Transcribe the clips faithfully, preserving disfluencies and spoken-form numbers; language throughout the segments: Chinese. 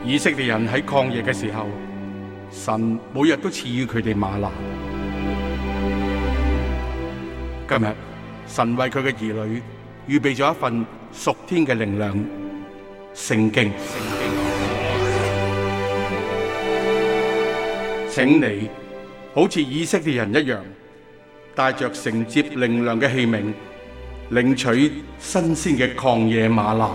以色列人喺曠野嘅時候，神每日都賜予佢哋嗎哪。今日神為佢嘅兒女預備咗一份屬天嘅靈糧——聖經。請你好似以色列人一樣，帶着承接靈糧嘅器皿，領取新鮮嘅曠野嗎哪。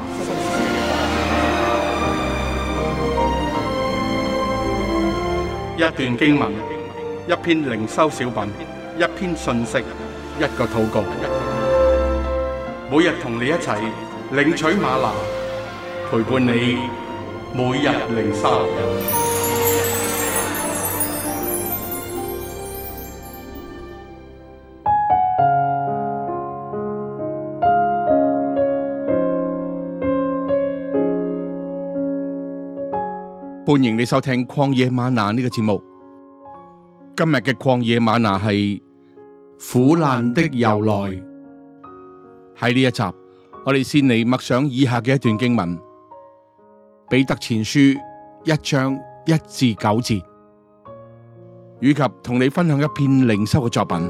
一段經文，一篇靈修小品，一篇信息，一個禱告。每日同你一齊領取嗎哪，陪伴你每日靈修。歡迎你收聽曠野嗎哪呢個節目。今日嘅曠野嗎哪係苦難的由來。喺呢一集，我哋先嚟默想以下嘅一段經文：彼得前書一章一至九節，以及同你分享一篇靈修嘅作品。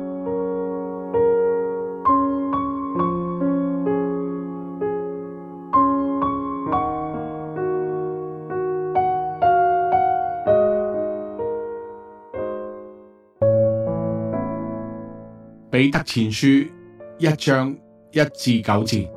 彼得前書一章一至九節，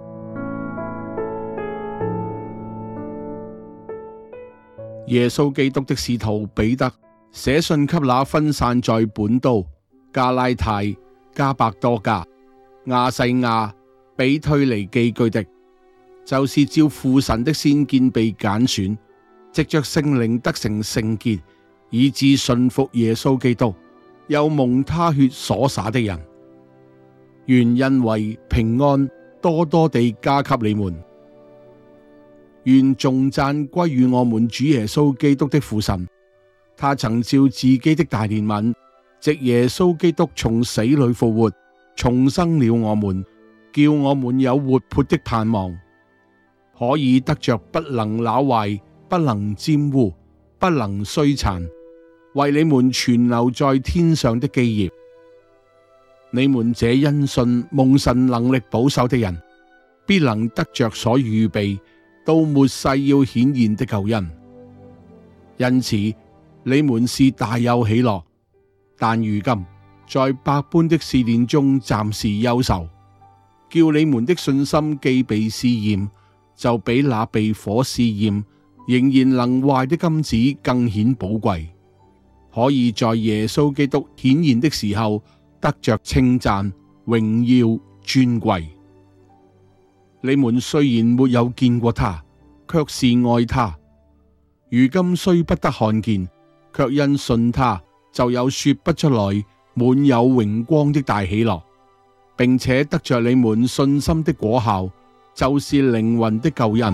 耶穌基督的使徒彼得寫信給那分散在本都、加拉太、加百多家、亞細亞、比推尼寄居的，就是照父神的先見被揀選，藉着聖靈得成聖潔，以致信服耶穌基督，又蒙他血所灑的人。願恩惠平安多多地加給你們。願頌讚歸於我們主耶穌基督的父神，他曾照自己的大憐憫，藉耶穌基督從死裏復活，重生了我們，叫我們有活潑的盼望，可以得着不能朽壞、不能沾污、不能衰殘，為你們存留在天上的基業。你們這因信蒙神能力保守的人，必能得着所預備到末世要顯現的救恩。因此你們是大有喜樂，但如今在百般的試煉中暫時憂愁，叫你們的信心既被試驗，就比那被火試驗仍然能壞的金子更顯寶貴，可以在耶穌基督顯現的時候得着稱讚、榮耀、尊貴。你們雖然沒有見過他，卻是愛他；如今雖不得看見，卻因信他，就有說不出來、滿有榮光的大喜樂，並且得着你們信心的果效，就是靈魂的救恩。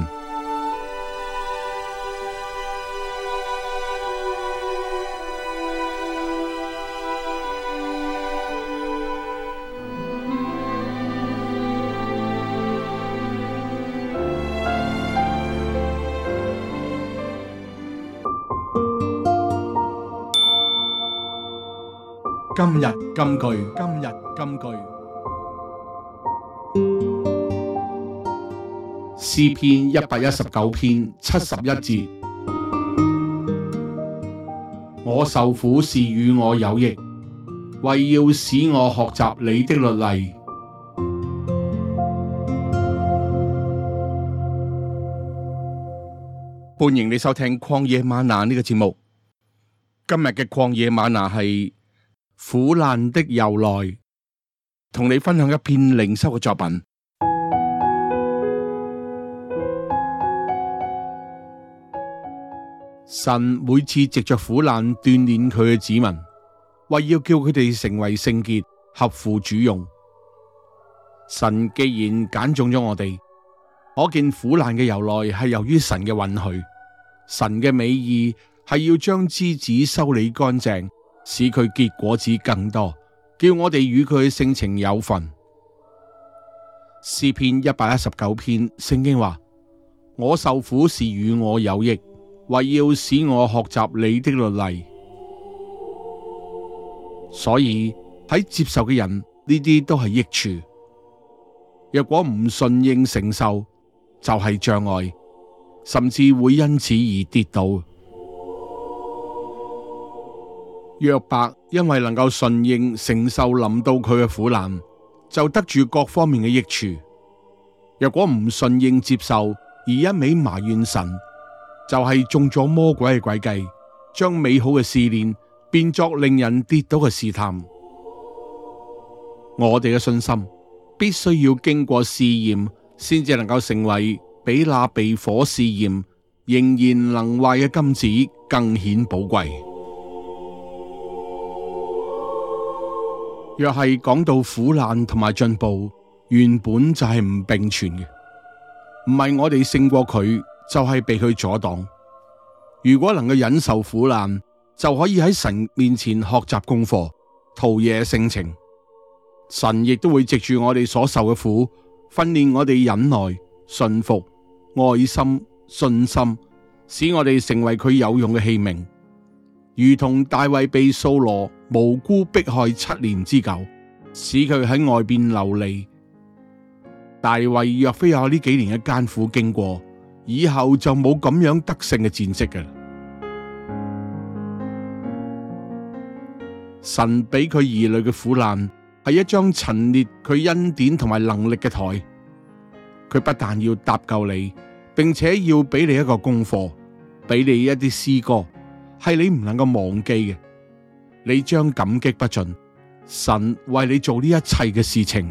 今日金句，今日金句。詩篇一百一十九篇七十一節：我受苦是與我有益，為要使我學習你的律例。歡迎你收聽曠野嗎哪呢個節目。今日嘅曠野嗎哪係苦難的由來，同你分享一篇靈修嘅作品。神每次藉着苦難鍛煉佢嘅子民，為要叫佢哋成為聖潔，合乎主用。神既然揀中咗我哋，可見苦難嘅由來係由於神嘅允許。神嘅美意係要將枝子修理乾淨，使佢結果子更多，叫我哋與佢性情有份。詩篇一百一十九篇聖經話：我受苦是與我有益， 為要使我學習你的律例。所以喺接受嘅人，呢啲都係益處。若果唔順應承受，就係障礙，甚至會因此而跌倒。約伯因為能夠順應承受臨到佢嘅苦難，就得住各方面嘅益處。若果唔順應接受，而一味埋怨神，就係中咗魔鬼嘅詭計，將美好嘅試煉變作令人跌倒嘅試探。我哋嘅信心必須要經過試驗，先至能夠成為比那被火試驗仍然能壞嘅金子更顯寶貴。若係講到苦難同埋進步，原本就係唔並存嘅，唔係我哋勝過佢，就係被佢阻擋。如果能夠忍受苦難，就可以喺神面前學習功課，陶冶性情。神亦都會藉住我哋所受嘅苦，訓練我哋忍耐、信服、愛心、信心，使我哋成為佢有用嘅器皿。如同大衛被掃羅無辜迫害七年之久，使佢喺外邊流離。大衛若非有呢幾年嘅艱苦經過，以後就冇咁樣得勝嘅戰績嘅。神俾佢兒女嘅苦難係一張陳列佢恩典同埋能力嘅台，佢不但要搭救你，並且要俾你一個功課，俾你一啲詩歌，係你唔能夠忘記嘅。你將感激不盡，神為你做呢一切嘅事情。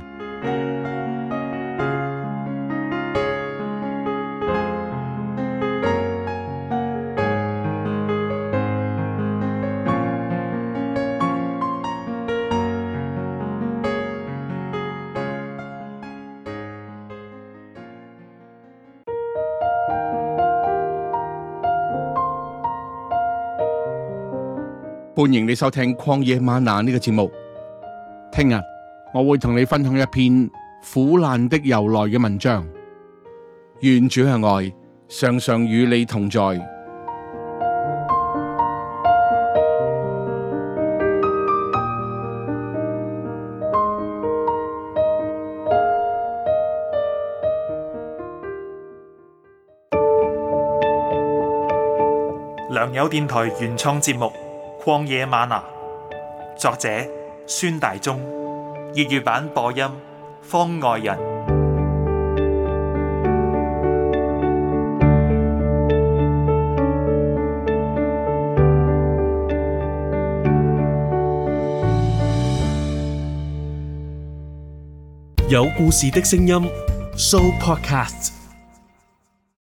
歡迎你收聽曠野嗎哪呢個節目。聽日我會同你分享一篇苦難的由來嘅文章。願主嘅愛常常與你同在。 良友電台原創節目曠野嗎哪，作者孫大中，粵語版播音方外人， 有故事的聲音 Show Podcast。